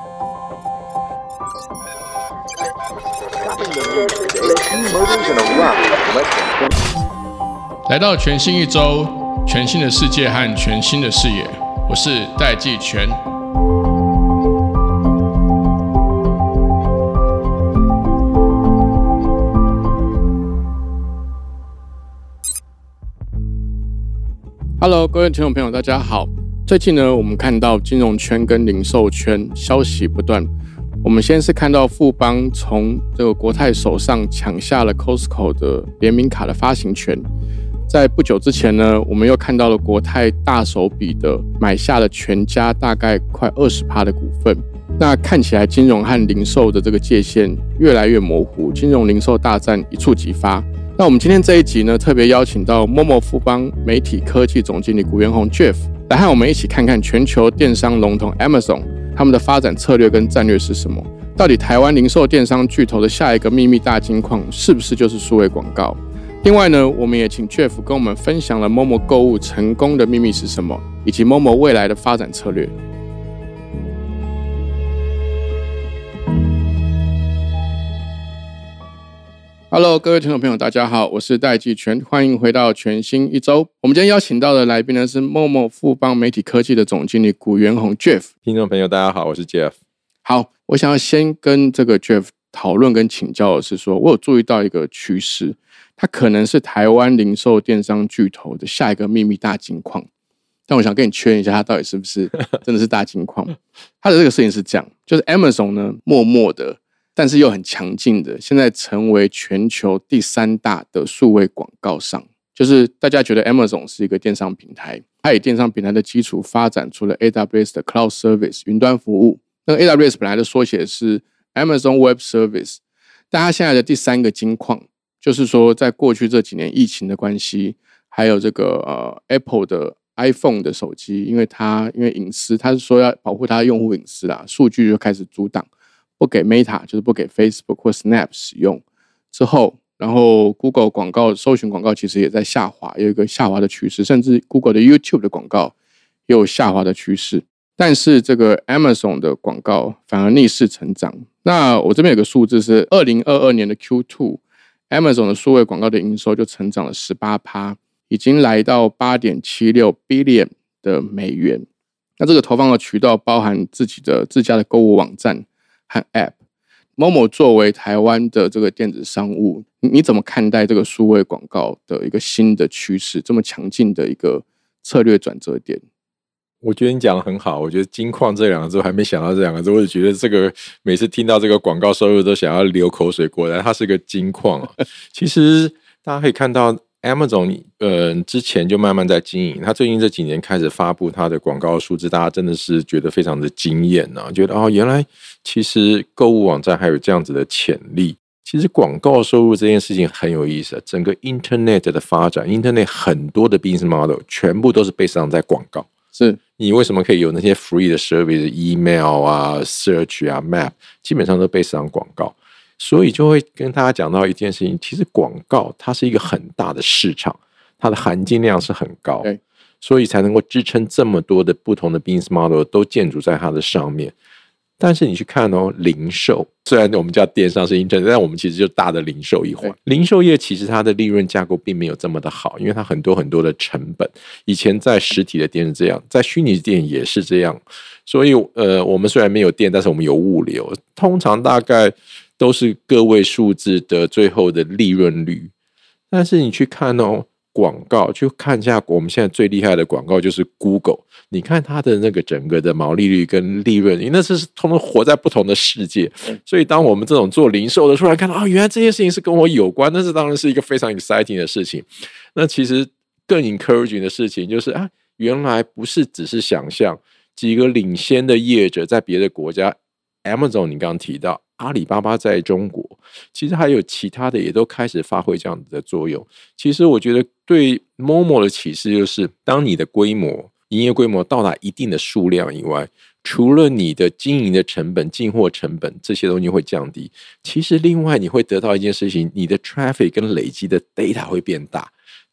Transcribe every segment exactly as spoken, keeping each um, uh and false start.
来到全新一周，全新的世界和全新的视野，我是戴季全。Hello， 各位听众朋友，大家好。最近呢，我们看到金融圈跟零售圈消息不断。我们先是看到富邦从这个国泰手上抢下了 Costco 的联名卡的发行权。在不久之前呢，我们又看到了国泰大手笔的买下了全家大概快 百分之二十 的股份。那看起来金融和零售的这个界限越来越模糊，金融零售大战一触即发。那我们今天这一集呢，特别邀请到 Momo 富邦媒体科技总经理古元宏 Jeff 来和我们一起看看全球电商龙头 Amazon 他们的发展策略跟战略是什么？到底台湾零售电商巨头的下一个秘密大金矿是不是就是数位广告？另外呢，我们也请 Jeff 跟我们分享了 Momo 购物成功的秘密是什么，以及 Momo 未来的发展策略。Hello， 各位听众朋友，大家好，我是戴季全，欢迎回到全新一周。我们今天邀请到的来宾呢是 Momo 富邦媒体科技的总经理古元宏 Jeff。 听众朋友，大家好，我是 Jeff。 好，我想要先跟这个 Jeff 讨论跟请教的是说，我有注意到一个趋势，它可能是台湾零售电商巨头的下一个秘密大金矿。但我想跟你确认一下，它到底是不是真的是大金矿？它的这个事情是这样，就是 Amazon 呢，默默的。但是又很强劲的，现在成为全球第三大的数位广告商。就是大家觉得 Amazon 是一个电商平台，它以电商平台的基础发展出了 A W S 的 Cloud Service 云端服务。那个 A W S 本来的缩写是 Amazon Web Service， 但它现在的第三个金矿，就是说在过去这几年疫情的关系，还有这个呃 Apple 的 iPhone 的手机，因为它因为隐私，它是说要保护它的用户隐私啦，数据就开始阻挡。不给 Meta 就是不给 Facebook 或 Snap 使用之后，然后 Google 广告搜寻广告其实也在下滑，有一个下滑的趋势，甚至 Google 的 YouTube 的广告也有下滑的趋势。但是这个 Amazon 的广告反而逆势成长。那我这边有个数字是二零二二年的 Q 二 Amazon 的数位广告的营收就成长了 百分之十八， 已经来到 八点七六 billion 的美元。那这个投放的渠道包含自己的自家的购物网站和 App。Momo 作为台湾的这个电子商务，你怎么看待这个数位广告的一个新的趋势，这么强劲的一个策略转折点？ 我觉得你讲得很好，我觉得金矿这两个字我还没想到这两个字，我就觉得这个每次听到这个广告收入都想要流口水，果然它是个金矿、啊、其实大家可以看到Amazon 呃之前就慢慢在经营，他最近这几年开始发布他的广告数字，大家真的是觉得非常的惊艳啊，觉得哦原来其实购物网站还有这样子的潜力。其实广告收入这件事情很有意思，整个 Internet 的发展 Internet 很多的 business model 全部都是 based on 在广告。 是你为什么可以有那些 free 的 service email 啊 search 啊 map 基本上都 based on 广告。所以就会跟大家讲到一件事情，其实广告它是一个很大的市场，它的含金量是很高，所以才能够支撑这么多的不同的 business model 都建筑在它的上面。但是你去看哦，零售虽然我们叫电商是 internet， 但我们其实就大的零售一环。零售业其实它的利润架构并没有这么的好，因为它很多很多的成本。以前在实体的店是这样，在虚拟店也是这样。所以呃，我们虽然没有店，但是我们有物流，通常大概都是个位数字的最后的利润率。但是你去看哦，广告去看一下我们现在最厉害的广告就是 Google， 你看它的那个整个的毛利率跟利润，那是通通活在不同的世界。所以当我们这种做零售的突然看到啊，原来这件事情是跟我有关，那是当然是一个非常 exciting 的事情。那其实更 encouraging 的事情就是啊，原来不是只是想象几个领先的业者在别的国家 Amazon 你刚刚提到阿里巴巴在中国，其实还有其他的也都开始发挥这样子的作用。其实我觉得对 Momo 的启示就是，当你的规模营业规模到达一定的数量以外，除了你的经营的成本进货成本这些东西会降低，其实另外你会得到一件事情，你的 traffic 跟累积的 data 会变大。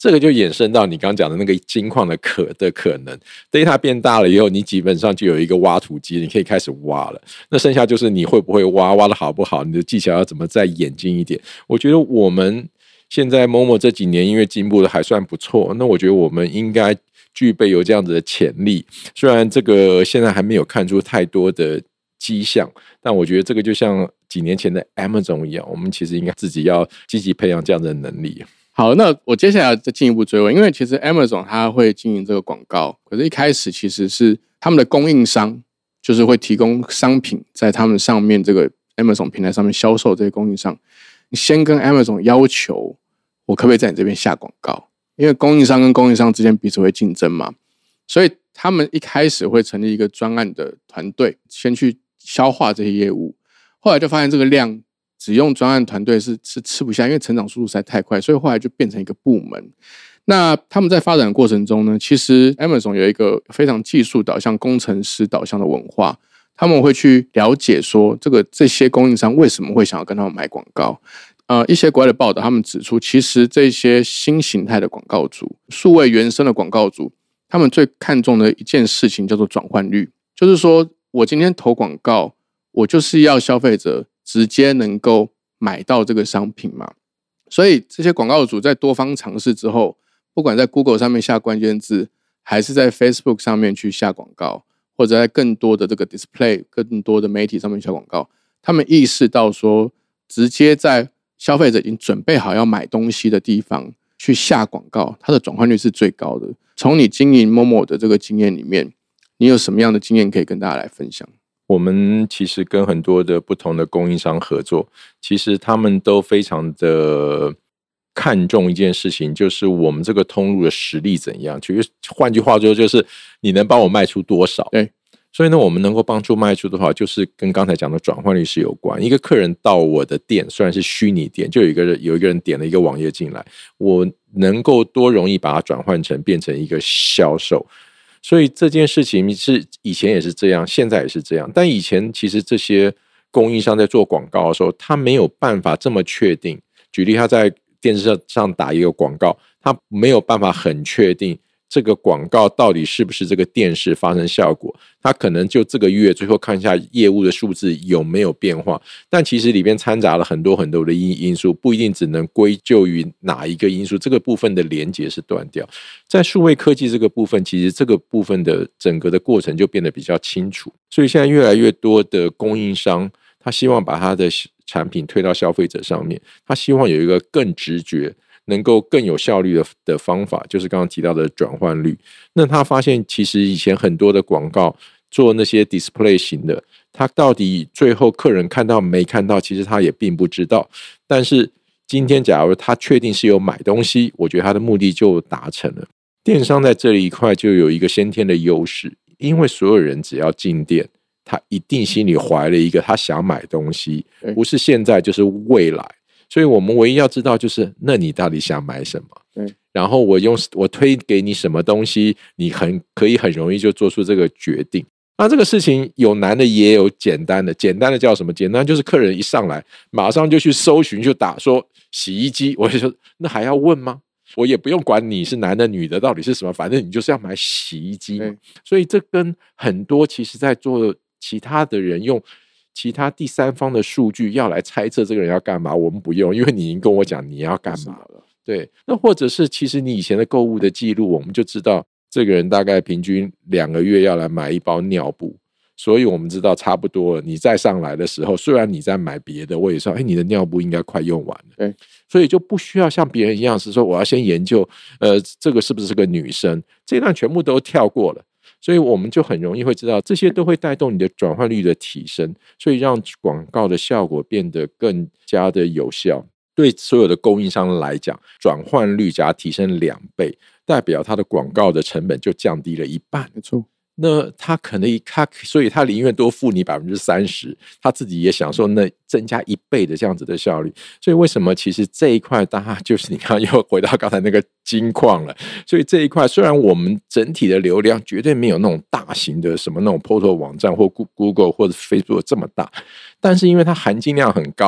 这个就衍生到你刚刚讲的那个金矿的可的可能 data 变大了以后，你基本上就有一个挖土机，你可以开始挖了。那剩下就是你会不会挖，挖的好不好，你的技巧要怎么再演进一点。我觉得我们现在 Momo 这几年因为进步的还算不错，那我觉得我们应该具备有这样子的潜力，虽然这个现在还没有看出太多的迹象，但我觉得这个就像几年前的 Amazon 一样，我们其实应该自己要积极培养这样的能力。 好，那我接下来再进一步追问，因为其实 Amazon 它会经营这个广告，可是一开始其实是他们的供应商，就是会提供商品在他们上面这个 Amazon 平台上面销售，这些供应商先跟 Amazon 要求我可不可以在你这边下广告，因为供应商跟供应商之间彼此会竞争嘛，所以他们一开始会成立一个专案的团队，先去消化这些业务，后来就发现这个量只用专案团队是是吃不下，因为成长速度实在太快，所以后来就变成一个部门。那他们在发展的过程中呢，其实 Amazon 有一个非常技术导向、工程师导向的文化，他们会去了解说这个这些供应商为什么会想要跟他们买广告。呃，一些国外的报道，他们指出，其实这些新形态的广告主、数位原生的广告主，他们最看重的一件事情叫做转换率，就是说我今天投广告，我就是要消费者直接能够买到这个商品嘛。所以这些广告主在多方尝试之后，不管在 Google 上面下关键字，还是在 Facebook 上面去下广告，或者在更多的这个 display 更多的媒体上面下广告，他们意识到说，直接在消费者已经准备好要买东西的地方去下广告，它的转换率是最高的。从你经营 Momo 的这个经验里面，你有什么样的经验可以跟大家来分享？ 我们其实跟很多的不同的供应商合作，其实他们都非常的看重一件事情，就是我们这个通路的实力怎样。其实换句话说，就是你能帮我卖出多少。 对， 所以呢，我们能够帮助卖出的话，就是跟刚才讲的转换率是有关。一个客人到我的店，虽然是虚拟店，就有一个人有一个人点了一个网页进来，我能够多容易把它转换成变成一个销售。所以这件事情是以前也是这样，现在也是这样。但以前其实这些供应商在做广告的时候，他没有办法这么确定。举例，他在电视上打一个广告，他没有办法很确定这个广告到底是不是这个电视发生效果，他可能就这个月最后看一下业务的数字有没有变化，但其实里面掺杂了很多很多的因素，不一定只能归咎于哪一个因素，这个部分的连结是断掉。在数位科技这个部分，其实这个部分的整个的过程就变得比较清楚，所以现在越来越多的供应商，他希望把他的产品推到消费者上面，他希望有一个更直觉能够更有效率 的, 的方法，就是刚刚提到的转换率。那他发现其实以前很多的广告做那些 display 型的，他到底最后客人看到没看到，其实他也并不知道。但是今天假如他确定是有买东西，我觉得他的目的就达成了。电商在这里一块就有一个先天的优势，因为所有人只要进店，他一定心里怀了一个他想买东西，不是现在就是未来。所以我们唯一要知道就是，那你到底想买什么？ 对， 然后我用我推给你什么东西，你很可以很容易就做出这个决定。那这个事情有难的也有简单的，简单的叫什么？简单就是客人一上来马上就去搜寻，就打说洗衣机，我就说那还要问吗？我也不用管你是男的女的到底是什么，反正你就是要买洗衣机嘛。所以这跟很多其实在做其他的人用其他第三方的数据要来猜测这个人要干嘛，我们不用，因为你已经跟我讲你要干嘛了。对，那或者是其实你以前的购物的记录，我们就知道这个人大概平均两个月要来买一包尿布，所以我们知道差不多了。你再上来的时候，虽然你在买别的，我也说，哎，你的尿布应该快用完了。对，所以就不需要像别人一样是说我要先研究，呃，这个是不是个女生，这一段全部都跳过了。所以我们就很容易会知道，这些都会带动你的转换率的提升，所以让广告的效果变得更加的有效。对所有的供应商来讲，转换率加提升两倍，代表它的广告的成本就降低了一半。 没错。 那他可能他所以他宁愿多付你百分之三十，他自己也享受那增加一倍的这样子的效率。所以为什么其实这一块，大家就是你看又回到刚才那个金矿了。所以这一块虽然我们整体的流量绝对没有那种大型的什么那种 portal 网站或 Google 或者 Facebook 这么大，但是因为它含金量很高。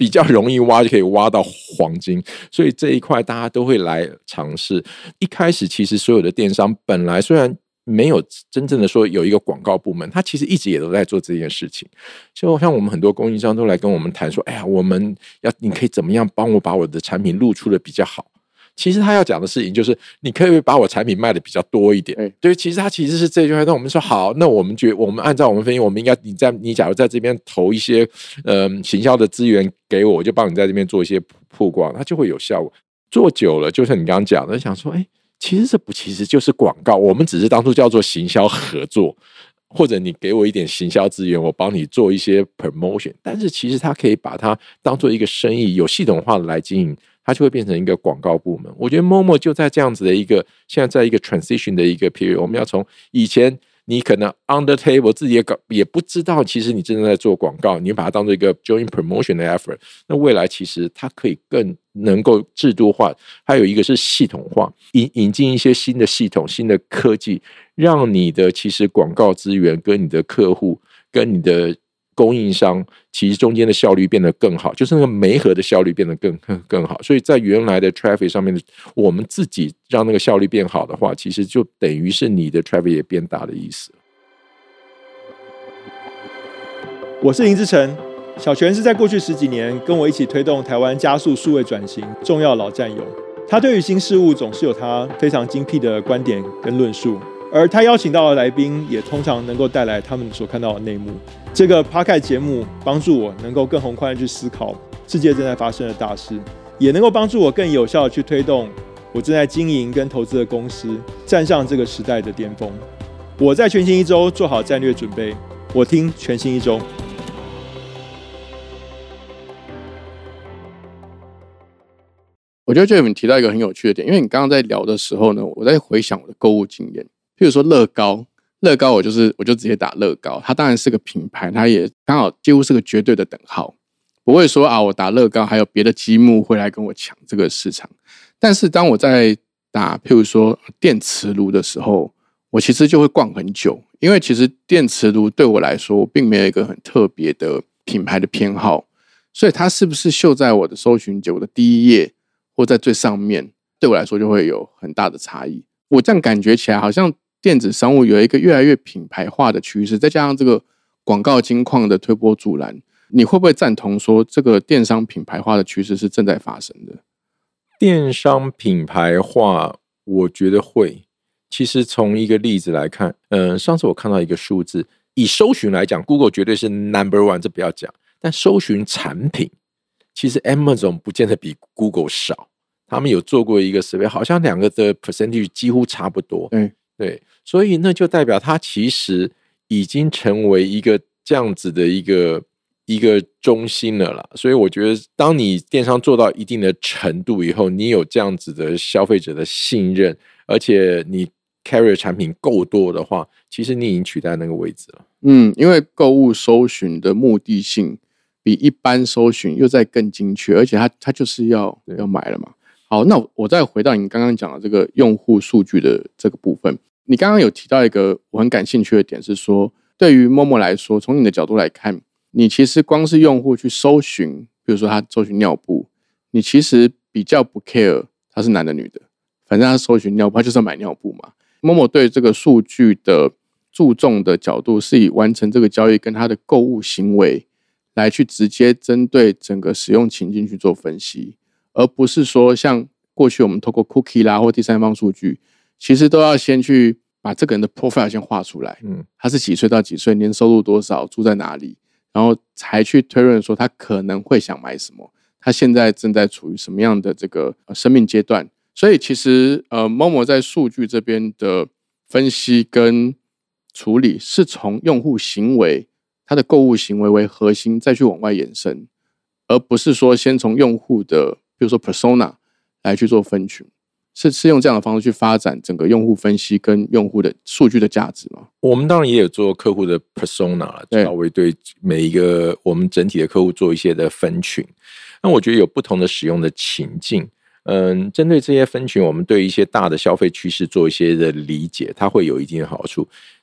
比较容易挖，就可以挖到黄金，所以这一块大家都会来尝试。一开始其实所有的电商本来虽然没有真正的说有一个广告部门，他其实一直也都在做这件事情。就像我们很多供应商都来跟我们谈说，哎呀，我们要你可以怎么样帮我把我的产品露出的比较好。其实他要讲的事情就是，你可以把我产品卖的比较多一点。对，对，其实他其实是这句话。那我们说好，那我们觉我们按照我们分析，我们应该你在你假如在这边投一些呃行销的资源给我，我就帮你在这边做一些曝光，它就会有效果。做久了，就像你刚刚讲的，想说，哎，其实这不其实就是广告，我们只是当初叫做行销合作。或者你给我一点行销资源，我帮你做一些 promotion， 但是其实它可以把它当做一个生意，有系统化的来经营，它就会变成一个广告部门。我觉得 Momo 就在这样子的一个，现在在一个 transition 的一个 period， 我们要从以前你可能 under table 自己也搞也不知道，其实你真的在做广告，你把它当做一个 joint promotion 的 effort， 那未来其实它可以更能够制度化，还有一个是系统化，引引进一些新的系统、新的科技，让你的其实广告资源跟你的客户跟你的供应商其实中间的效率变得更好，就是那个媒合的效率变得更更好。所以在原来的 traffic 上面，我们自己让那个效率变好的话，其实就等于是你的 traffic 也变大的意思。 我是林志成，小泉是在过去十几年跟我一起推动台湾加速数位转型重要老战友，他对于新事物总是有他非常精辟的观点跟论述，而他邀请到的来宾也通常能够带来他们所看到的内幕。这个 Podcast 节目帮助我能够更宏观的去思考世界正在发生的大事，也能够帮助我更有效的去推动我正在经营跟投资的公司站上这个时代的巅峰。我在全新一周做好战略准备，我听全新一周。 我觉得 Jeff 你提到一个很有趣的点，因为你刚刚在聊的时候呢，我在回想我的购物经验。譬如说乐高，乐高我就是我就直接打乐高，它当然是个品牌，它也刚好几乎是个绝对的等号，不会说啊我打乐高还有别的积木会来跟我抢这个市场。但是当我在打譬如说电磁炉的时候，我其实就会逛很久，因为其实电磁炉对我来说，我并没有一个很特别的品牌的偏好，所以它是不是秀在我的搜寻结果的第一页或在最上面，对我来说就会有很大的差异。我这样感觉起来，好像电子商务有一个越来越品牌化的趋势，再加上这个广告金矿的推波助澜，你会不会赞同说这个电商品牌化的趋势是正在发生的？ 电商品牌化，我觉得会。其实从一个例子来看，嗯，上次我看到一个数字，以搜寻来讲 ，Google 绝对是 number one， 这不要讲。但搜寻产品，其实 Amazon 不见得比 Google 少。他们有做过一个 survey， 好像两个的 percentage 几乎差不多。 嗯， 对，所以那就代表它其实已经成为一个这样子的一个一个中心了啦。所以我觉得，当你电商做到一定的程度以后，你有这样子的消费者的信任，而且你 carry 产品够多的话，其实你已经取代那个位置了。 嗯，因为购物搜寻的目的性比一般搜寻又再更精确，而且它它就是要要买了嘛。好，那我再回到你刚刚讲的这个用户数据的这个部分，你刚刚有提到一个我很感兴趣的点是说，对于 Momo 来说，从你的角度来看，你其实光是用户去搜寻，比如说他搜寻尿布，你其实比较不 care 他是男的女的，反正他搜寻尿布，他就是要买尿布嘛。Momo 对这个数据的注重的角度是以完成这个交易跟他的购物行为来去直接针对整个使用情境去做分析，而不是说像过去我们透过 cookie 啦或第三方数据，其实都要先去把这个人的 profile 先画出来，嗯，他是几岁到几岁，年收入多少，住在哪里，然后才去推论说他可能会想买什么，他现在正在处于什么样的这个生命阶段。所以其实呃 Momo 在数据这边的分析跟处理是从用户行为，他的购物行为为核心再去往外延伸，而不是说先从用户的比如说 persona 来去做分群，是是用这样的方式去发展整个用户分析跟用户的数据的价值吗？ 我们当然也有做客户的 persona， 稍微对每一个我们整体的客户做一些的分群。那我觉得有不同的使用的情境，嗯，针对这些分群，我们对一些大的消费趋势做一些的理解，它会有一定的好处。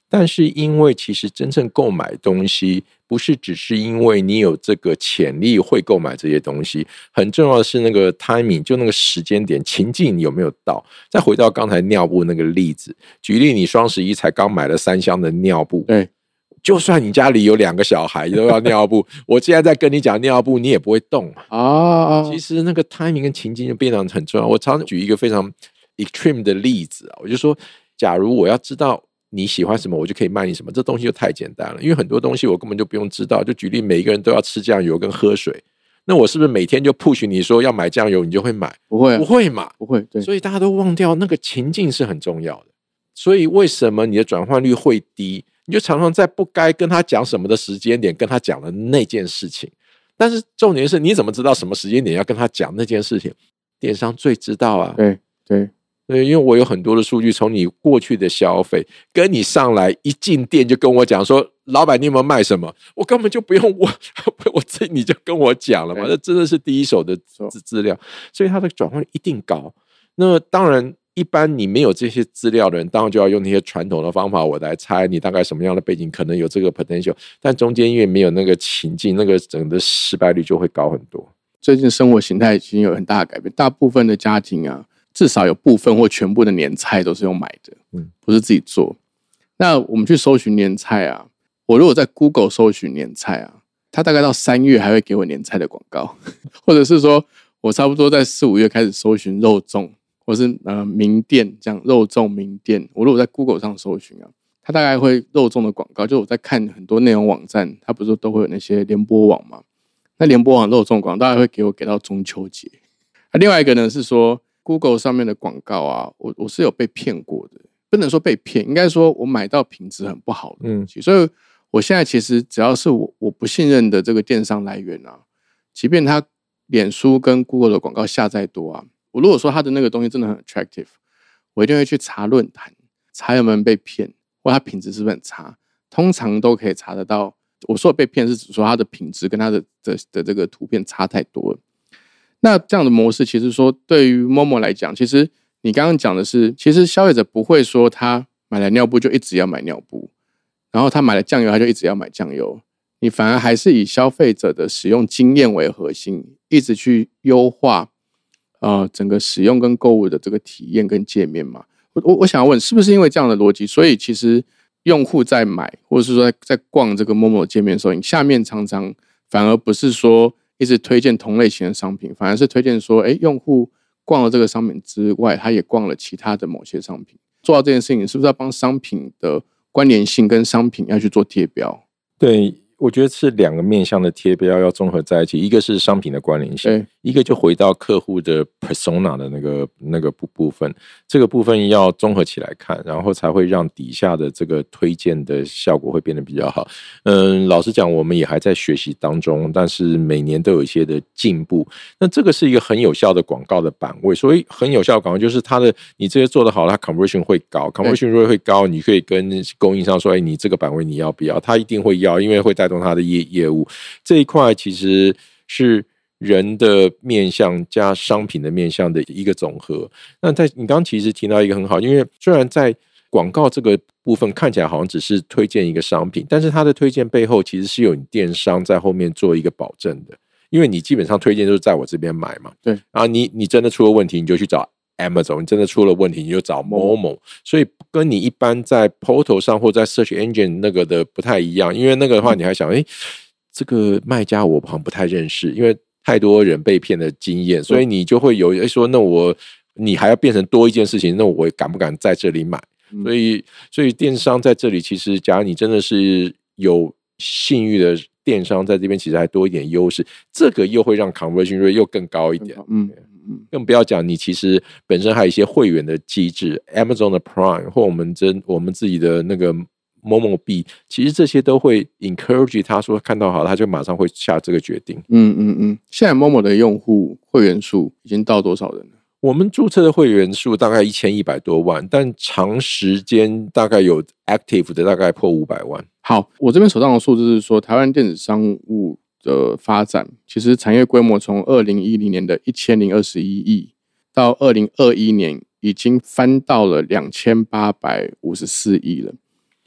但是因为其实真正购买东西不是只是因为你有这个潜力会购买这些东西，很重要的是那个 timing， 就那个时间点情境有没有到。再回到刚才尿布那个例子，举例你双十一才刚买了三箱的尿布， 对， 就算你家里有两个小孩都要尿布，我现在在跟你讲尿布，你也不会动啊。 其实那个 timing 跟情境就变得很重要。我常举一个非常 extreme 的例子啊，我就说，假如我要知道你喜欢什么，我就可以卖你什么，这东西就太简单了。因为很多东西我根本就不用知道。就举例，每一个人都要吃酱油跟喝水，那我是不是每天就 push 你说要买酱油，你就会买？ 不会、啊， 不会嘛？ 不会。对， 所以大家都忘掉那个情境是很重要的。所以为什么你的转换率会低？你就常常在不该跟他讲什么的时间点跟他讲了那件事情。但是重点是，你怎么知道什么时间点要跟他讲那件事情？电商最知道啊。 对对对，因为我有很多的数据，从你过去的消费，跟你上来一进店就跟我讲说，老板你有没有卖什么？我根本就不用我我自己你就跟我讲了嘛，这真的是第一手的资料，所以它的转换率一定高。那当然，一般你没有这些资料的人，当然就要用那些传统的方法，我来猜你大概什么样的背景可能有这个 potential， 但中间因为没有那个情境，那个整个失败率就会高很多。 最近生活形态已经有很大的改变，大部分的家庭啊，至少有部分或全部的年菜都是用买的，嗯，不是自己做。那我们去搜寻年菜啊，我如果在 Google 搜寻年菜啊，它大概到三月还会给我年菜的广告，或者是说我差不多在四五月开始搜寻肉粽，或是呃名店这样肉粽名店，我如果在 Google 上搜寻啊，它大概会肉粽的广告，就我在看很多内容网站，它不是都会有那些联播网嘛？那联播网肉粽广告大概会给我给到中秋节。啊，另外一个呢是说 Google 上面的广告啊，我我是有被骗过的，不能说被骗，应该说我买到品质很不好的东西，嗯，所以我现在其实只要是我我不信任的这个电商来源啊，即便他脸书跟 Google 的广告下再多啊，我如果说他的那个东西真的很 attractive， 我一定会去查论坛，查有没有人被骗，或他品质是不是很差，通常都可以查得到。我说的被骗是指说它的品质跟它 的, 的, 的这个图片差太多了。那这样的模式其实说对于 Momo 来讲，其实你刚刚讲的是，其实消费者不会说他买了尿布就一直要买尿布，然后他买了酱油他就一直要买酱油，你反而还是以消费者的使用经验为核心，一直去优化呃整个使用跟购物的这个体验跟界面嘛。我我想要问，是不是因为这样的逻辑，所以其实用户在买，或者是说在逛这个 Momo 界面的时候，你下面常常反而不是说一直推荐同类型的商品，反而是推荐说，哎，用户逛了这个商品之外，他也逛了其他的某些商品。做到这件事情，是不是要帮商品的关联性跟商品要去做贴标？ 对，我觉得是两个面向的贴标要综合在一起，一个是商品的关联性，一个就回到客户的 persona 的那个那个部分，这个部分要综合起来看，然后才会让底下的这个推荐的效果会变得比较好。嗯，老实讲，我们也还在学习当中，但是每年都有一些的进步。那这个是一个很有效的广告的版位，所以很有效的广告就是它的你这些做得好，它 conversion 会高 ，conversion rate 会高，你可以跟供应商说，哎，你这个版位你要不要？他一定会要，因为会带动他的业业务。这一块其实是人的面向加商品的面向的一个总和。那在你刚刚其实提到一个很好，因为虽然在广告这个部分看起来好像只是推荐一个商品，但是它的推荐背后其实是有你电商在后面做一个保证的，因为你基本上推荐就是在我这边买嘛，对，然后你你真的出了问题，你就去找 Amazon， 你真的出了问题，你就找 Momo， 所以跟你一般在 Portal 上或在 Search Engine 那个的不太一样，因为那个的话你还想，哎，这个卖家我好像不太认识，因为太多人被骗的经验，所以你就会有说，那我你还要变成多一件事情，那我敢不敢在这里买？嗯、所以，所以电商在这里其实，假如你真的是有信誉的电商，在这边其实还多一点优势，这个又会让 conversion rate 又更高一点。嗯嗯，更不要讲你其实本身还有一些会员的机制 ，Amazon 的 Prime 或我们真我们自己的那个。Momo 币，其实这些都会 encourage 他说看到好，他就马上会下这个决定。嗯嗯嗯。现在 Momo 的用户会员数已经到多少人了？ 我们注册的会员数大概一千一百多万，但长时间大概有 active 的大概破五百万。 好，我这边手上的数字是说，台湾电子商务的发展，其实产业规模从二零一零年的一千零二十一亿，到二零二一年已经翻到了两千八百五十四亿了。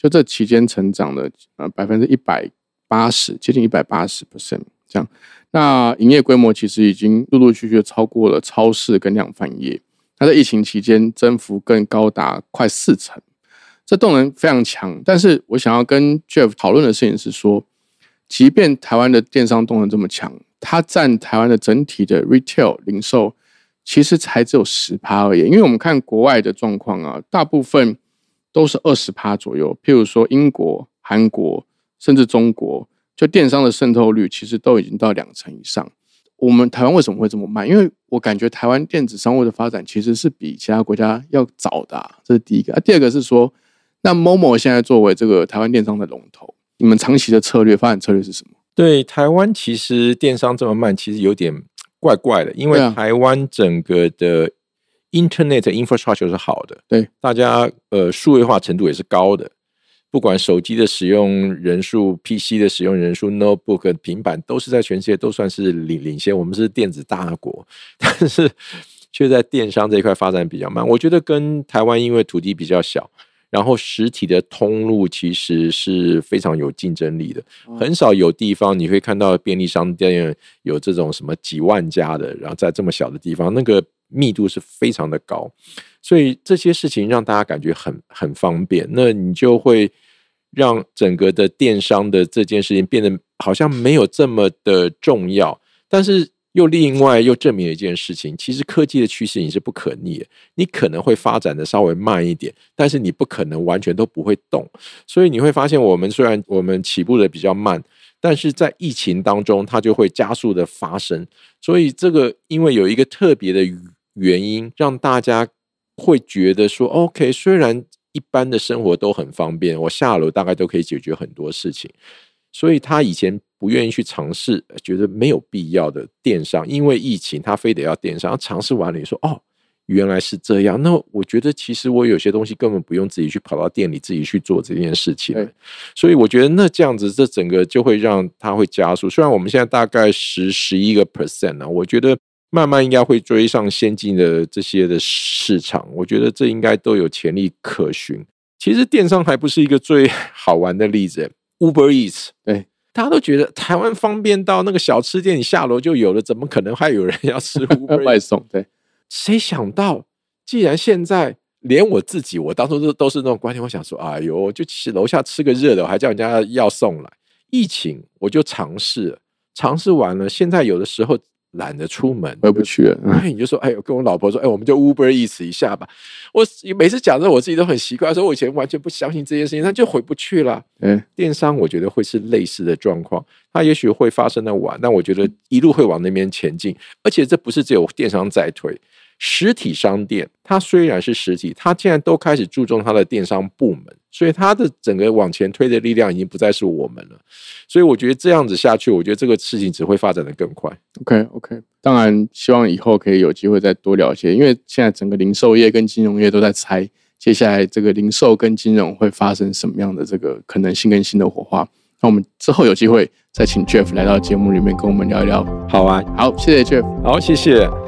就这期间成长了呃百分之一百八十，接近一百八十 percent 这样。那营业规模其实已经陆陆续续超过了超市跟量贩业。那在疫情期间增幅更高达快四成，这动能非常强。但是我想要跟 Jeff 讨论的事情是说，即便台湾的电商动能这么强，它占台湾的整体的 retail 零售其实才只有 百分之十 而已。因为我们看国外的状况啊，大部分都是 百分之二十 左右，譬如说英国、韩国甚至中国，就电商的渗透率其实都已经到两成以上。我们台湾为什么会这么慢？因为我感觉台湾电子商务的发展其实是比其他国家要早的、啊，这是第一个、啊。第二个是说，那 Momo 现在作为这个台湾电商的龙头，你们长期的策略发展策略是什么？ 对，台湾其实电商这么慢，其实有点怪怪的，因为台湾整个的 Internet infrastructure 是好的， 对， 大家呃数位化程度也是高的。不管手机的使用人数、P C 的使用人数、Notebook、平板，都是在全世界都算是领领先。我们是电子大国，但是却在电商这一块发展比较慢。我觉得跟台湾因为土地比较小，然后实体的通路其实是非常有竞争力的。很少有地方你会看到便利商店有这种什么几万家的，然后在这么小的地方，那个密度是非常的高。所以这些事情让大家感觉很很方便，那你就会让整个的电商的这件事情变得好像没有这么的重要，但是又另外又证明了一件事情，其实科技的趋势你是不可逆的，你可能会发展的稍微慢一点，但是你不可能完全都不会动。所以你会发现我们虽然我们起步的比较慢，但是在疫情当中它就会加速的发生。所以这个因为有一个特别的原因，让大家会觉得说 OK， 虽然一般的生活都很方便，我下楼大概都可以解决很多事情，所以他以前不愿意去尝试，觉得没有必要的电商，因为疫情他非得要电商，尝试完了你说哦原来是这样，那我觉得其实我有些东西根本不用自己去跑到店里自己去做这件事情，所以我觉得那这样子这整个就会让它会加速。虽然我们现在大概十十一个 percent 啊，我觉得慢慢应该会追上先进的这些的市场，我觉得这应该都有潜力可循。其实电商还不是一个最好玩的例子 ，Uber Eats， 对，大家都觉得台湾方便到那个小吃店你下楼就有了，怎么可能还有人要吃 Uber Eats 外送？对， 谁想到，既然现在连我自己，我当初都都是那种观念，我想说，哎呦，就楼下吃个热的，我还叫人家要送来。疫情我就尝试了，尝试完了，现在有的时候懒得出门， 回不去了。 哎，你就说，哎，我跟我老婆说，哎，我们就 Uber Eats 一下吧。我每次讲的我自己都很习惯，说我以前完全不相信这件事情，那就回不去了。 嗯， 电商我觉得会是类似的状况，它也许会发生的晚，但我觉得一路会往那边前进。而且这不是只有电商在推，实体商店它虽然是实体，它现在都开始注重它的电商部门，所以它的整个往前推的力量已经不再是我们了。所以我觉得这样子下去，我觉得这个事情只会发展得更快。 OK OK， 当然希望以后可以有机会再多聊一些，因为现在整个零售业跟金融业都在猜接下来这个零售跟金融会发生什么样的这个可能性跟新的火花。那我们之后有机会再请 Jeff 来到节目里面跟我们聊一聊。 好啊， 好，谢谢 Jeff， 好，谢谢。